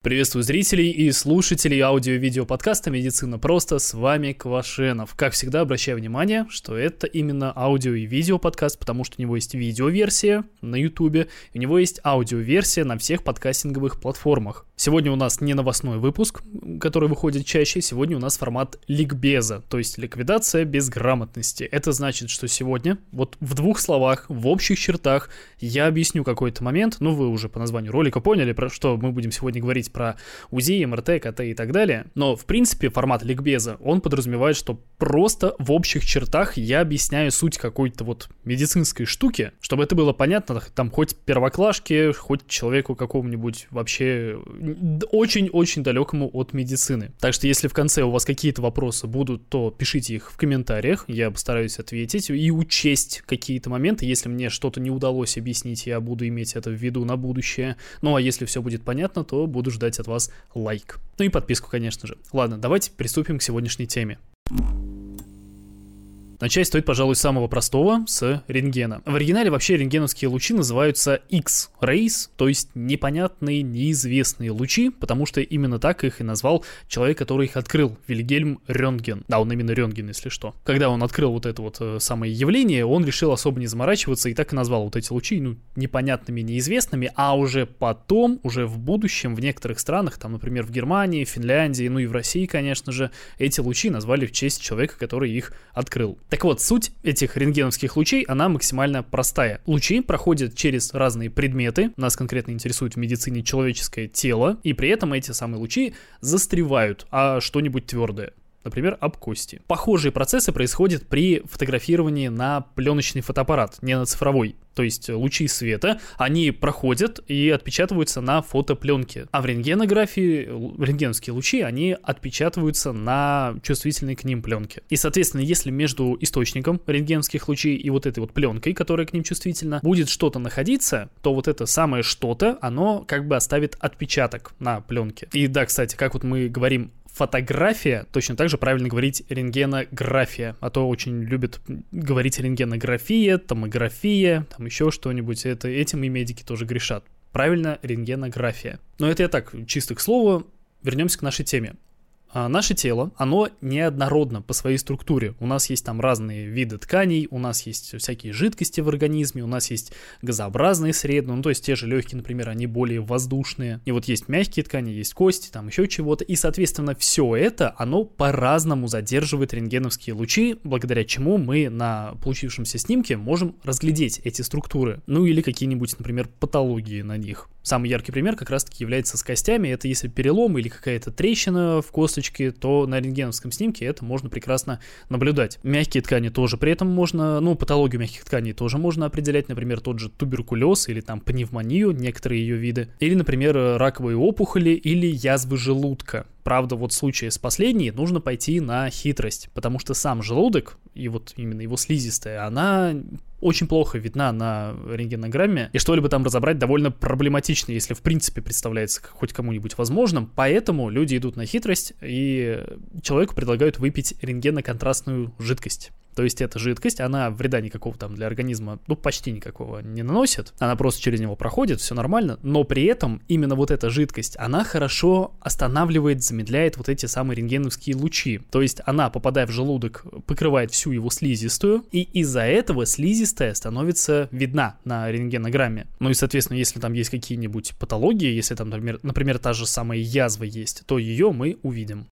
Приветствую зрителей и слушателей аудио-видео подкаста «Медицина просто», с вами Квашенов. Как всегда, обращаю внимание, что это именно аудио и видео подкаст, потому что у него есть видеоверсия на YouTube, у него есть аудиоверсия на всех подкастинговых платформах. Сегодня у нас не новостной выпуск, который выходит чаще, сегодня у нас формат ликбеза, то есть ликвидация безграмотности. Это значит, что сегодня, вот в двух словах, в общих чертах, я объясню какой-то момент, вы уже по названию ролика поняли, про что мы будем сегодня говорить, про УЗИ, МРТ, КТ и так далее. Но, в принципе, формат ликбеза, он подразумевает, что просто в общих чертах я объясняю суть какой-то вот медицинской штуки, чтобы это было понятно, там, хоть первоклашке, хоть человеку какому-нибудь вообще очень-очень далекому от медицины. Так что, если в конце у вас какие-то вопросы будут, то пишите их в комментариях, я постараюсь ответить и учесть какие-то моменты. Если мне что-то не удалось объяснить, я буду иметь это в виду на будущее. Ну, а если все будет понятно, то буду ждать от вас лайк. Ну и подписку, конечно же. Ладно, давайте приступим к сегодняшней теме. Начать стоит, пожалуй, с самого простого, с рентгена. В оригинале вообще рентгеновские лучи называются X-rays, то есть непонятные, неизвестные лучи, потому что именно так их и назвал человек, который их открыл, Вильгельм Рентген. Да, он именно Рентген, если что. Когда он открыл вот это вот самое явление, он решил особо не заморачиваться и так и назвал вот эти лучи, непонятными, неизвестными, а уже потом, уже в будущем, в некоторых странах, там, например, в Германии, Финляндии, и в России, конечно же, эти лучи назвали в честь человека, который их открыл. Так вот, суть этих рентгеновских лучей, она максимально простая. Лучи проходят через разные предметы, нас конкретно интересует в медицине человеческое тело, и при этом эти самые лучи застревают, что-нибудь твердое. Например, об кости. Похожие процессы происходят при фотографировании на пленочный фотоаппарат, не на цифровой. То есть лучи света, они проходят и отпечатываются на фотопленке. А в рентгенографии рентгеновские лучи, они отпечатываются на чувствительной к ним пленке. И, соответственно, если между источником рентгеновских лучей и вот этой вот пленкой, которая к ним чувствительна, будет что-то находиться, то вот это самое что-то, оно как бы оставит отпечаток на пленке. И да, кстати, как вот мы говорим фотография, точно так же правильно говорить рентгенография, а то очень любят говорить рентгенография, томография, там еще что-нибудь, этим и медики тоже грешат. Правильно, рентгенография. Но это я так, чисто к слову, вернемся к нашей теме. Наше тело, оно неоднородно по своей структуре. У нас есть там разные виды тканей, у нас есть всякие жидкости в организме, у нас есть газообразные среды, то есть те же легкие, например, они более воздушные. И вот есть мягкие ткани, есть кости, там еще чего-то. И, соответственно, все это, оно по-разному задерживает рентгеновские лучи, благодаря чему мы на получившемся снимке можем разглядеть эти структуры. Или какие-нибудь, например, патологии на них. Самый яркий пример как раз-таки является с костями. Это если перелом или какая-то трещина в косточке, то на рентгеновском снимке это можно прекрасно наблюдать. Мягкие ткани тоже при этом можно, патологию мягких тканей тоже можно определять, например, тот же туберкулез или там пневмонию, некоторые ее виды, или, например, раковые опухоли или язвы желудка. Правда, вот в случае с последней нужно пойти на хитрость, потому что сам желудок, и вот именно его слизистая, она очень плохо видна на рентгенограмме, и что-либо там разобрать довольно проблематично, если в принципе представляется хоть кому-нибудь возможным, поэтому люди идут на хитрость, и человеку предлагают выпить рентгеноконтрастную жидкость. То есть эта жидкость, она вреда никакого там для организма, почти никакого не наносит, она просто через него проходит, все нормально, но при этом именно вот эта жидкость, она хорошо останавливает, замедляет вот эти самые рентгеновские лучи. То есть она, попадая в желудок, покрывает всю его слизистую, и из-за этого слизистая становится видна на рентгенограмме. И, соответственно, если там есть какие-нибудь патологии, если там, например, та же самая язва есть, то ее мы увидим.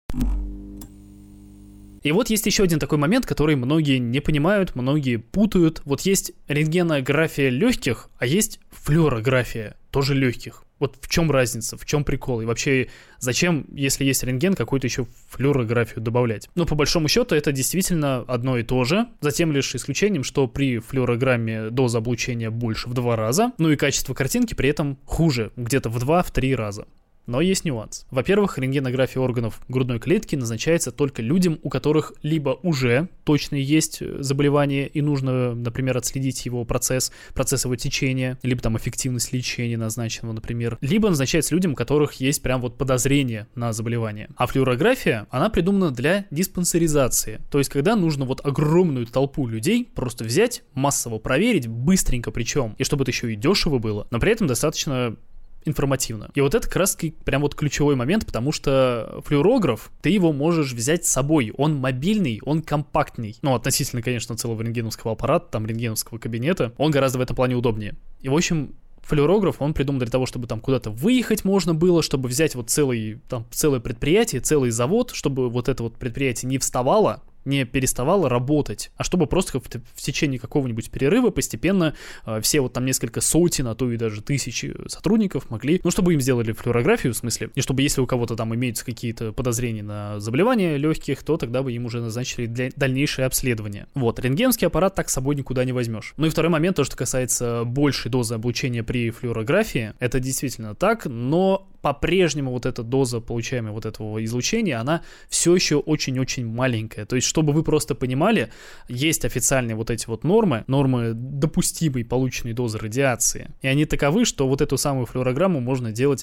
И вот есть еще один такой момент, который многие не понимают, многие путают. Вот есть рентгенография легких, а есть флюорография тоже легких. Вот в чем разница, в чем прикол? И вообще, зачем, если есть рентген, какую-то еще флюорографию добавлять? По большому счету, это действительно одно и то же, за тем лишь исключением, что при флюорограмме доза облучения больше в 2 раза, и качество картинки при этом хуже, где-то в 2-3 раза. Но есть нюанс. Во-первых, рентгенография органов грудной клетки назначается только людям, у которых либо уже точно есть заболевание и нужно, например, отследить его процесс его течения, либо там эффективность лечения назначенного, например, либо назначается людям, у которых есть прям вот подозрение на заболевание. А флюорография, она придумана для диспансеризации. То есть, когда нужно вот огромную толпу людей просто взять, массово проверить, быстренько причем, и чтобы это еще и дешево было, но при этом достаточно информативно. И вот это как раз прям вот ключевой момент, потому что флюорограф, ты его можешь взять с собой. Он мобильный, он компактный. Ну, относительно, конечно, целого рентгеновского аппарата, там, рентгеновского кабинета. Он гораздо в этом плане удобнее. И, в общем, флюорограф, он придуман для того, чтобы там куда-то выехать можно было, чтобы взять вот целое предприятие, целый завод, чтобы вот это вот предприятие не вставало, не переставала работать, а чтобы просто в течение какого-нибудь перерыва постепенно все вот там несколько сотен, а то и даже тысячи сотрудников могли, ну, чтобы им сделали флюорографию, в смысле, и чтобы если у кого-то там имеются какие-то подозрения на заболевания легких, то тогда бы им уже назначили для дальнейшее обследование. Вот, рентгеновский аппарат так с собой никуда не возьмешь. Ну и второй момент, то, что касается большей дозы облучения при флюорографии, это действительно так, но по-прежнему вот эта доза, получаемая вот этого излучения, она все еще очень-очень маленькая. То есть, чтобы вы просто понимали, есть официальные вот эти вот нормы допустимой полученной дозы радиации. И они таковы, что вот эту самую флюорографию можно делать,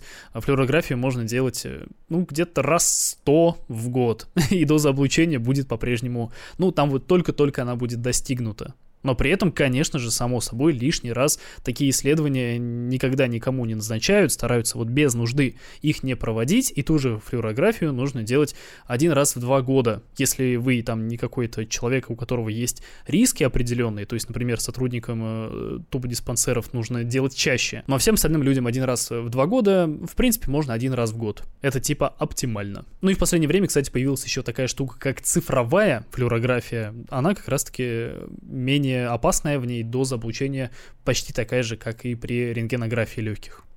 ну, где-то раз 100 в год. И доза облучения будет по-прежнему, ну, там вот только-только она будет достигнута. Но при этом, конечно же, само собой, лишний раз такие исследования никогда никому не назначают, стараются вот без нужды их не проводить, и ту же флюорографию нужно делать 1 раз в 2 года. Если вы там не какой-то человек, у которого есть риски определенные, то есть, например, сотрудникам тубодиспансеров нужно делать чаще, но всем остальным людям 1 раз в 2 года, в принципе, можно 1 раз в год. Это типа оптимально. Ну и в последнее время, кстати, появилась еще такая штука, как цифровая флюорография. Она как раз-таки менее опасная, в ней доза облучения почти такая же, как и при рентгенографии легких.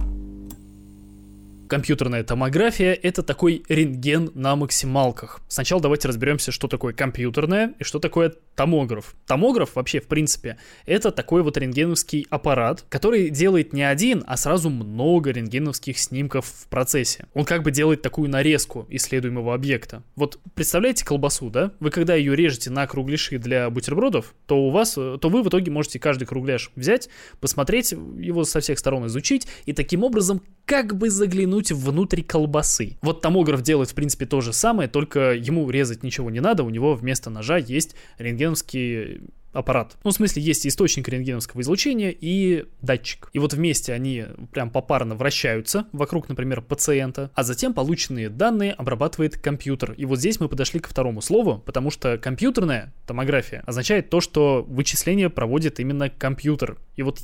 Компьютерная томография — это такой рентген на максималках. Сначала давайте разберемся, что такое компьютерная и что такое томограф. Томограф вообще, в принципе, это такой вот рентгеновский аппарат, который делает не один, а сразу много рентгеновских снимков в процессе. Он как бы делает такую нарезку исследуемого объекта. Вот представляете колбасу, да? Вы когда ее режете на кругляши для бутербродов, то вы в итоге можете каждый кругляш взять, посмотреть его со всех сторон, изучить, и таким образом как бы заглянуть внутрь колбасы. Вот томограф делает, в принципе, то же самое, только ему резать ничего не надо, у него вместо ножа есть рентгеновский аппарат. Ну, в смысле, есть источник рентгеновского излучения и датчик. И вот вместе они прям попарно вращаются вокруг, например, пациента, а затем полученные данные обрабатывает компьютер. И вот здесь мы подошли ко второму слову, потому что компьютерная томография означает то, что вычисление проводит именно компьютер. И вот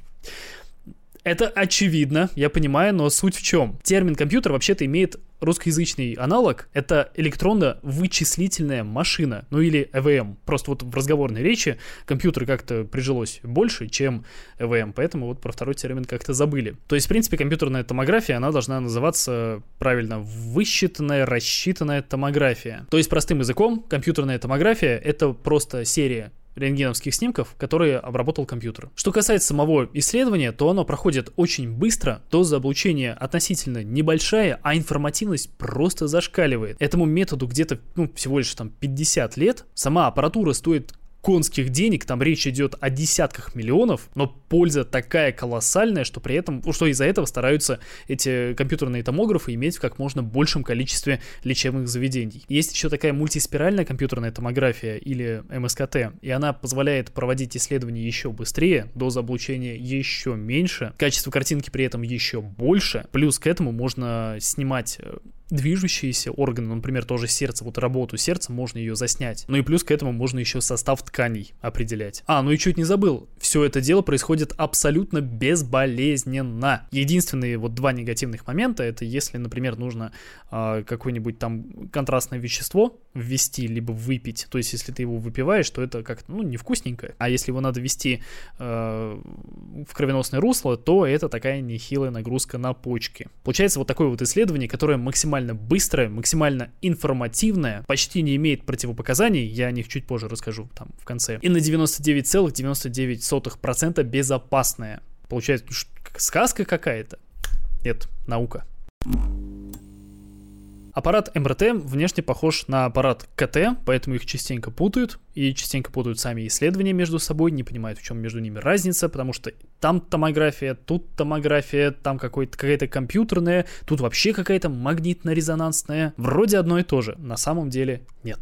это очевидно, я понимаю, но суть в чем? Термин компьютер вообще-то имеет русскоязычный аналог. Это электронно-вычислительная машина, ну или ЭВМ. Просто вот в разговорной речи компьютер как-то прижилось больше, чем ЭВМ, поэтому вот про второй термин как-то забыли. То есть, в принципе, компьютерная томография, она должна называться правильно высчитанная, рассчитанная томография. То есть, простым языком, компьютерная томография — это просто серия рентгеновских снимков, которые обработал компьютер. Что касается самого исследования, то оно проходит очень быстро, доза облучения относительно небольшая, а информативность просто зашкаливает. Этому методу где-то, всего лишь 50 лет. Сама аппаратура стоит конских денег, там речь идет о десятках миллионов, но польза такая колоссальная, что при этом, что из-за этого стараются эти компьютерные томографы иметь в как можно большем количестве лечебных заведений. Есть еще такая мультиспиральная компьютерная томография или МСКТ, и она позволяет проводить исследования еще быстрее, доза облучения еще меньше, качество картинки при этом еще больше, плюс к этому можно снимать движущиеся органы, например, тоже сердце, вот работу сердца, можно ее заснять. Ну и плюс к этому можно еще состав тканей определять. Ну и чуть не забыл, все это дело происходит абсолютно безболезненно. Единственные вот 2 негативных момента, это если, например, нужно какое-нибудь там контрастное вещество ввести, либо выпить, то есть если ты его выпиваешь, то это как-то, невкусненько, а если его надо ввести в кровеносное русло, то это такая нехилая нагрузка на почки. Получается вот такое вот исследование, которое максимально быстрое, максимально информативное, почти не имеет противопоказаний, я о них чуть позже расскажу там в конце, и на 99,99% безопасное. Получается, сказка какая-то? Нет, наука. Аппарат МРТ внешне похож на аппарат КТ, поэтому их частенько путают, и частенько путают сами исследования между собой, не понимают, в чем между ними разница, потому что там томография, там какая-то компьютерная, тут вообще какая-то магнитно-резонансная. Вроде одно и то же, на самом деле нет.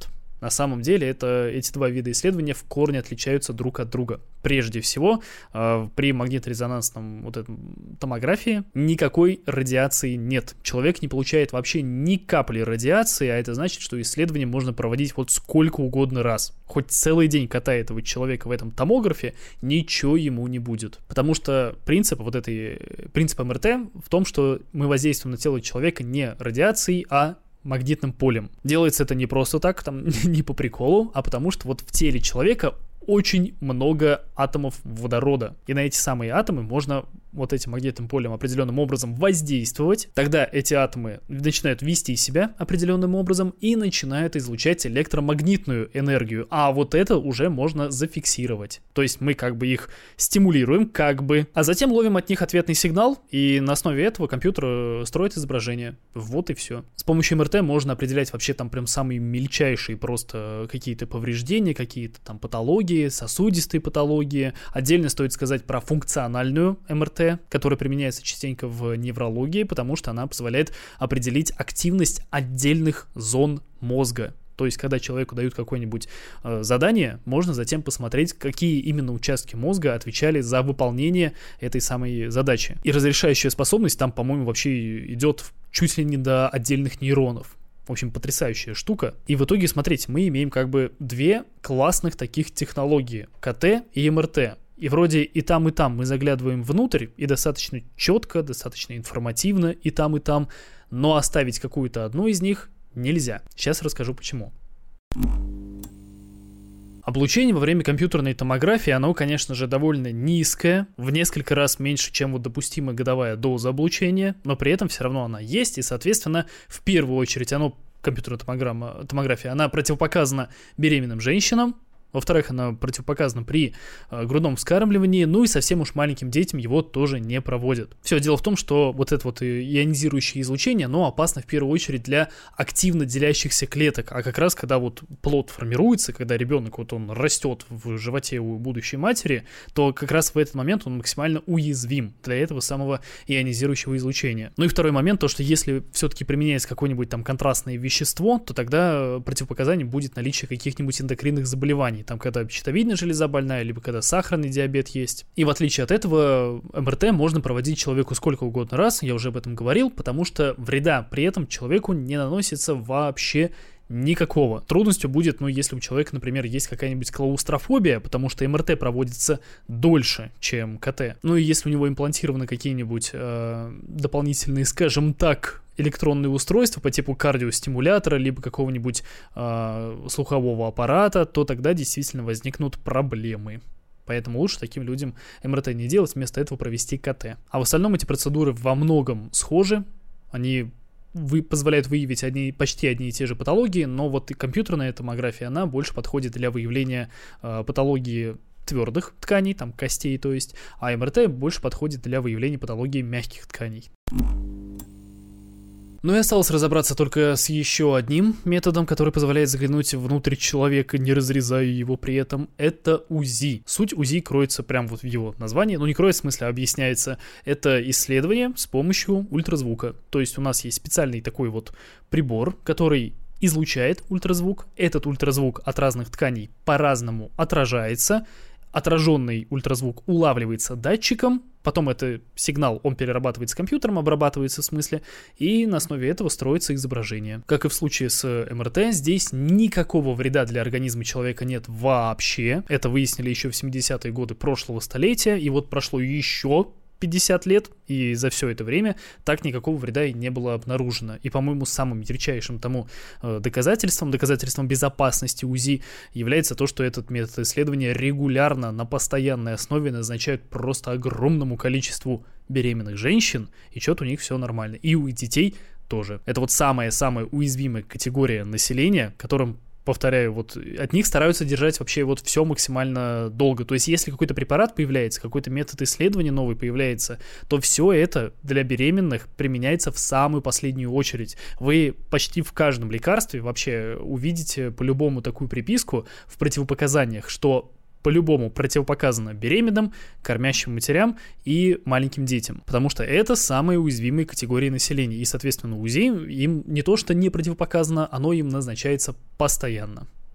На самом деле эти два вида исследования в корне отличаются друг от друга. Прежде всего, при магнитно-резонансном томографии никакой радиации нет. Человек не получает вообще ни капли радиации, а это значит, что исследование можно проводить вот сколько угодно раз. Хоть целый день катая этого человека в этом томографе, ничего ему не будет. Потому что принцип МРТ в том, что мы воздействуем на тело человека не радиацией, а магнитным полем. Делается это не просто так, не по приколу, а потому что вот в теле человека очень много атомов водорода. И на эти самые атомы можно вот этим магнитным полем определенным образом воздействовать. Тогда эти атомы начинают вести себя определенным образом и начинают излучать электромагнитную энергию. А вот это уже можно зафиксировать. То есть мы как бы их стимулируем, а затем ловим от них ответный сигнал, и на основе этого компьютер строит изображение. Вот и все. С помощью МРТ можно определять вообще там прям самые мельчайшие просто какие-то повреждения, какие-то там патологии, сосудистые патологии. Отдельно стоит сказать про функциональную МРТ, которая применяется частенько в неврологии, потому что она позволяет определить активность отдельных зон мозга. То есть, когда человеку дают какое-нибудь задание, можно затем посмотреть, какие именно участки мозга отвечали за выполнение этой самой задачи. И разрешающая способность там, по-моему, вообще идет чуть ли не до отдельных нейронов. В общем, потрясающая штука. И в итоге, смотрите, мы имеем как бы две классных таких технологии: КТ и МРТ. И вроде и там мы заглядываем внутрь, и достаточно четко, достаточно информативно и там, но оставить какую-то одну из них нельзя. Сейчас расскажу почему. Облучение во время компьютерной томографии, оно, конечно же, довольно низкое, в несколько раз меньше, чем вот допустимая годовая доза облучения, но при этом все равно она есть, и, соответственно, в первую очередь компьютерная томография, она противопоказана беременным женщинам. Во-вторых, она противопоказана при грудном вскармливании, ну и совсем уж маленьким детям его тоже не проводят. Все дело в том, что вот это вот ионизирующее излучение, оно опасно в первую очередь для активно делящихся клеток, а как раз когда вот плод формируется, когда ребенок вот он растет в животе у будущей матери, то как раз в этот момент он максимально уязвим для этого самого ионизирующего излучения. Ну и второй момент, то что если все-таки применяется какое-нибудь там контрастное вещество, то тогда противопоказанием будет наличие каких-нибудь эндокринных заболеваний, там когда щитовидная железа больная, либо когда сахарный диабет есть. И в отличие от этого, МРТ можно проводить человеку сколько угодно раз, я уже об этом говорил, потому что вреда при этом человеку не наносится вообще никакого. Трудностью будет, если у человека, например, есть какая-нибудь клаустрофобия, потому что МРТ проводится дольше, чем КТ. Ну и если у него имплантированы какие-нибудь дополнительные, скажем так, электронные устройства по типу кардиостимулятора, либо какого-нибудь слухового аппарата, то тогда действительно возникнут проблемы. Поэтому лучше таким людям МРТ не делать, вместо этого провести КТ. А в остальном эти процедуры во многом схожи, они позволяют выявить почти одни и те же патологии, но вот и компьютерная томография, она больше подходит для выявления патологии твердых тканей, там костей, то есть, а МРТ больше подходит для выявления патологии мягких тканей. Ну и осталось разобраться только с еще одним методом, который позволяет заглянуть внутрь человека, не разрезая его при этом. Это УЗИ. Суть УЗИ кроется прямо вот в его названии. Ну не кроется, в смысле, а объясняется. Это исследование с помощью ультразвука. То есть у нас есть специальный такой вот прибор, который излучает ультразвук. Этот ультразвук от разных тканей по-разному отражается. Отраженный ультразвук улавливается датчиком, потом этот сигнал, он перерабатывается компьютером, обрабатывается в смысле, и на основе этого строится изображение. Как и в случае с МРТ, здесь никакого вреда для организма человека нет вообще. Это выяснили еще в 70-е годы прошлого столетия, и вот прошло еще 50 лет, и за все это время так никакого вреда и не было обнаружено. И, по-моему, самым ярчайшим тому доказательством безопасности УЗИ является то, что этот метод исследования регулярно, на постоянной основе назначают просто огромному количеству беременных женщин, и что-то у них все нормально. И у детей тоже. Это вот самая-самая уязвимая категория населения, которым, повторяю, вот от них стараются держать вообще вот все максимально долго. То есть, если какой-то препарат появляется, какой-то метод исследования новый появляется, то все это для беременных применяется в самую последнюю очередь. Вы почти в каждом лекарстве вообще увидите по-любому такую приписку в противопоказаниях, что по-любому противопоказано беременным, кормящим матерям и маленьким детям, потому что это самые уязвимые категории населения, и, соответственно, УЗИ им не то что не противопоказано, оно им назначается постоянно.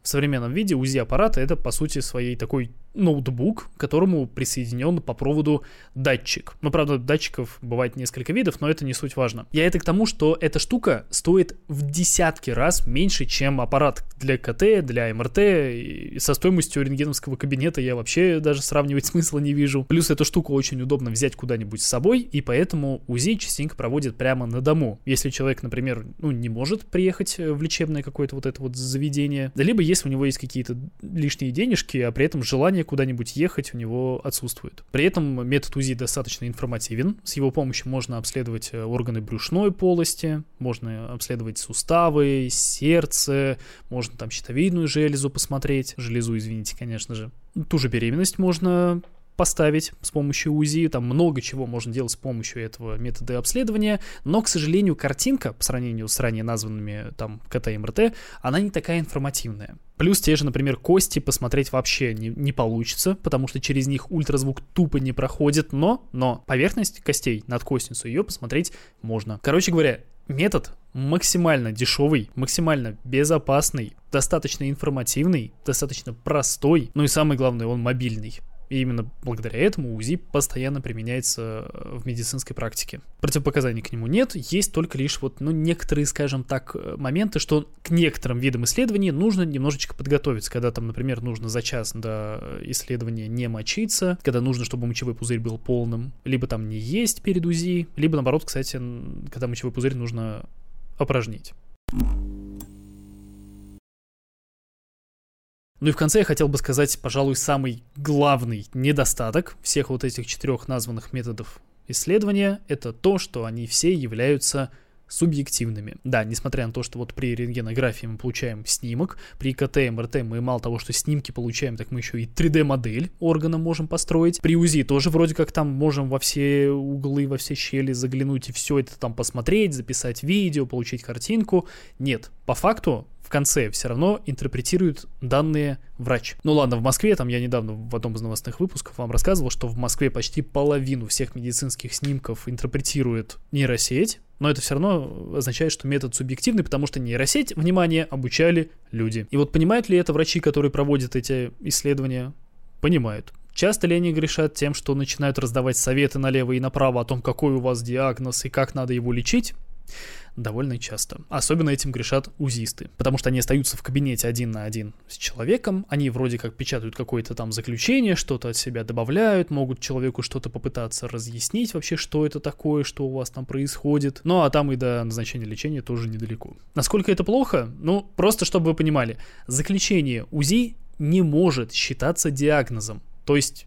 в современном виде УЗИ-аппарата — это, по сути своей, такой ноутбук, к которому присоединен по проводу датчик. Ну, правда, датчиков бывает несколько видов, но это не суть важно. Я это к тому, что эта штука стоит в десятки раз меньше, чем аппарат для КТ, для МРТ, и со стоимостью рентгеновского кабинета я вообще даже сравнивать смысла не вижу. Плюс эту штуку очень удобно взять куда-нибудь с собой, и поэтому УЗИ частенько проводят прямо на дому. Если человек, например, не может приехать в лечебное какое-то вот это вот заведение, либо если у него есть какие-то лишние денежки, а при этом желание куда-нибудь ехать у него отсутствует. При этом метод УЗИ достаточно информативен. С его помощью можно обследовать органы брюшной полости, можно обследовать суставы, сердце, можно там щитовидную железу посмотреть, железу, извините, конечно же. Ту же беременность можно поставить с помощью УЗИ, там много чего можно делать с помощью этого метода обследования, но, к сожалению, картинка, по сравнению с ранее названными там КТ и МРТ, она не такая информативная. Плюс те же, например, кости посмотреть вообще не получится, потому что через них ультразвук тупо не проходит, но поверхность костей, надкостницу, ее посмотреть можно. Короче говоря, метод максимально дешевый, максимально безопасный, достаточно информативный, достаточно простой, ну и самое главное, он мобильный. И именно благодаря этому УЗИ постоянно применяется в медицинской практике. Противопоказаний к нему нет, есть только лишь некоторые, скажем так, моменты, что к некоторым видам исследований нужно немножечко подготовиться, когда там, например, нужно за час до исследования не мочиться, когда нужно, чтобы мочевой пузырь был полным, либо там не есть перед УЗИ, либо наоборот, кстати, когда мочевой пузырь нужно опорожнить. Ну и в конце я хотел бы сказать, пожалуй, самый главный недостаток всех вот этих 4 названных методов исследования — это то, что они все являются субъективными. Да, несмотря на то, что вот при рентгенографии мы получаем снимок, при КТ, МРТ мы мало того, что снимки получаем, так мы еще и 3D-модель органа можем построить. При УЗИ тоже вроде как там можем во все углы, во все щели заглянуть и все это там посмотреть, записать видео, получить картинку. Нет, по факту в конце все равно интерпретирует данные врач. Ну ладно, в Москве, там я недавно в одном из новостных выпусков вам рассказывал, что в Москве почти половину всех медицинских снимков интерпретирует нейросеть, но это все равно означает, что метод субъективный, потому что нейросеть, внимание, обучали люди. И вот понимают ли это врачи, которые проводят эти исследования? Понимают. Часто ли они грешат тем, что начинают раздавать советы налево и направо о том, какой у вас диагноз и как надо его лечить? Довольно часто. Особенно этим грешат УЗИсты, потому что они остаются в кабинете один на один с человеком, они вроде как печатают какое-то там заключение, что-то от себя добавляют, могут человеку что-то попытаться разъяснить вообще, что это такое, что у вас там происходит. Ну а там и до назначения лечения тоже недалеко. Насколько это плохо? Ну, просто чтобы вы понимали, заключение УЗИ не может считаться диагнозом. То есть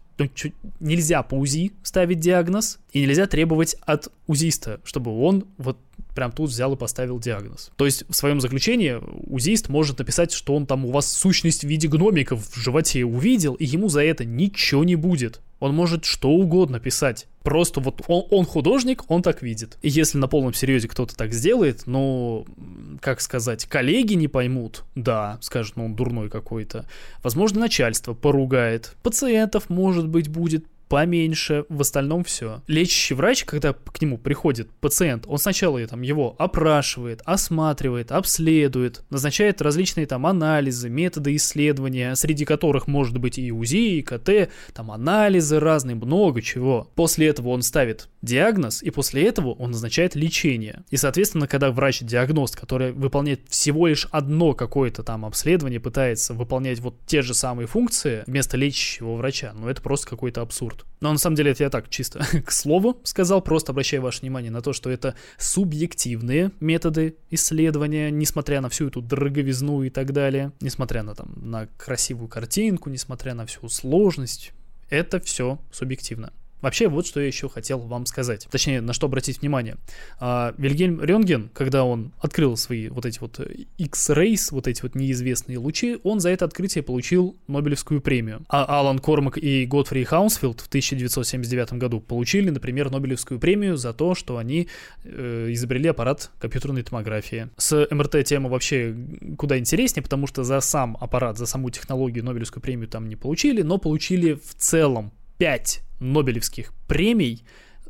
нельзя по УЗИ ставить диагноз, и нельзя требовать от УЗИста, чтобы он вот прям тут взял и поставил диагноз. То есть в своем заключении УЗИст может написать, что он там у вас сущность в виде гномиков в животе увидел, и ему за это ничего не будет. Он может что угодно писать. Просто вот он художник, он так видит. И если на полном серьезе кто-то так сделает, ну, как сказать, коллеги не поймут, да, скажут, ну он дурной какой-то. Возможно, начальство поругает. Пациентов, может быть, будет поменьше, в остальном все. Лечащий врач, когда к нему приходит пациент, он сначала его опрашивает, осматривает, обследует, назначает различные там анализы, методы исследования, среди которых может быть и УЗИ, и КТ, там анализы разные, много чего. После этого он ставит диагноз, и после этого он назначает лечение. И, соответственно, когда врач-диагност, который выполняет всего лишь одно какое-то там обследование, пытается выполнять вот те же самые функции вместо лечащего врача, ну это просто какой-то абсурд. Но на самом деле это я так чисто к слову сказал, просто обращаю ваше внимание на то, что это субъективные методы исследования, несмотря на всю эту дороговизну и так далее, несмотря на красивую картинку, несмотря на всю сложность, это все субъективно. Вообще, вот что я еще хотел вам сказать. Точнее, на что обратить внимание. Вильгельм Рентген, когда он открыл свои вот эти вот X-rays, вот эти вот неизвестные лучи, он за это открытие получил Нобелевскую премию. А Алан Кормак и Готфри Хаунсфилд в 1979 году получили, например, Нобелевскую премию за то, что они изобрели аппарат компьютерной томографии. С МРТ тема вообще куда интереснее, потому что за сам аппарат, за саму технологию Нобелевскую премию там не получили, но получили в целом 5 Нобелевских премий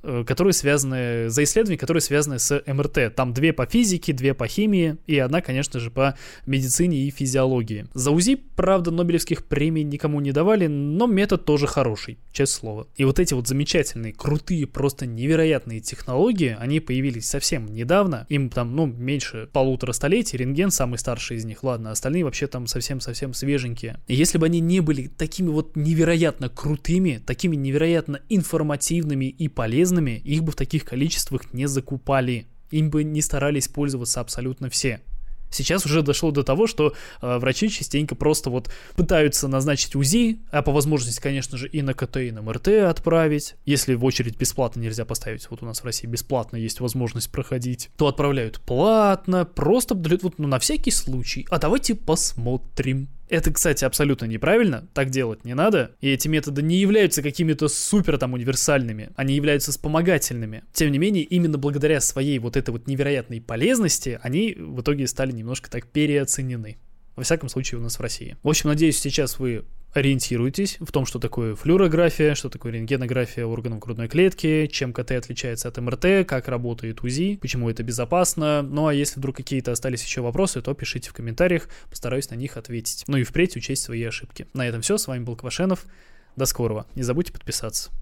которые связаны, за исследования, которые связаны с МРТ. Там 2 по физике, 2 по химии и 1, конечно же, по медицине и физиологии. За УЗИ, правда, Нобелевских премий никому не давали, но метод тоже хороший, честное слово. И вот эти вот замечательные, крутые, просто невероятные технологии, они появились совсем недавно. Им там, меньше 1,5 столетия. Рентген самый старший из них, ладно, остальные вообще там совсем-совсем свеженькие. И если бы они не были такими вот невероятно крутыми, такими невероятно информативными и полезными, их бы в таких количествах не закупали. Им бы не старались пользоваться абсолютно все. Сейчас уже дошло до того, что врачи частенько просто вот пытаются назначить УЗИ, а по возможности, конечно же, и на КТ, и на МРТ отправить. Если в очередь бесплатно нельзя поставить, вот у нас в России бесплатно есть возможность проходить, то отправляют платно, просто вот, на всякий случай. А давайте посмотрим. Это, кстати, абсолютно неправильно, так делать не надо, и эти методы не являются какими-то супер там универсальными, они являются вспомогательными. Тем не менее, именно благодаря своей вот этой вот невероятной полезности, они в итоге стали немножко так переоценены. Во всяком случае, у нас в России. В общем, надеюсь, сейчас вы ориентируетесь в том, что такое флюорография, что такое рентгенография органов грудной клетки, чем КТ отличается от МРТ, как работает УЗИ, почему это безопасно. Ну а если вдруг какие-то остались еще вопросы, то пишите в комментариях, постараюсь на них ответить. Ну и впредь учесть свои ошибки. На этом все, с вами был Квашенов. До скорого. Не забудьте подписаться.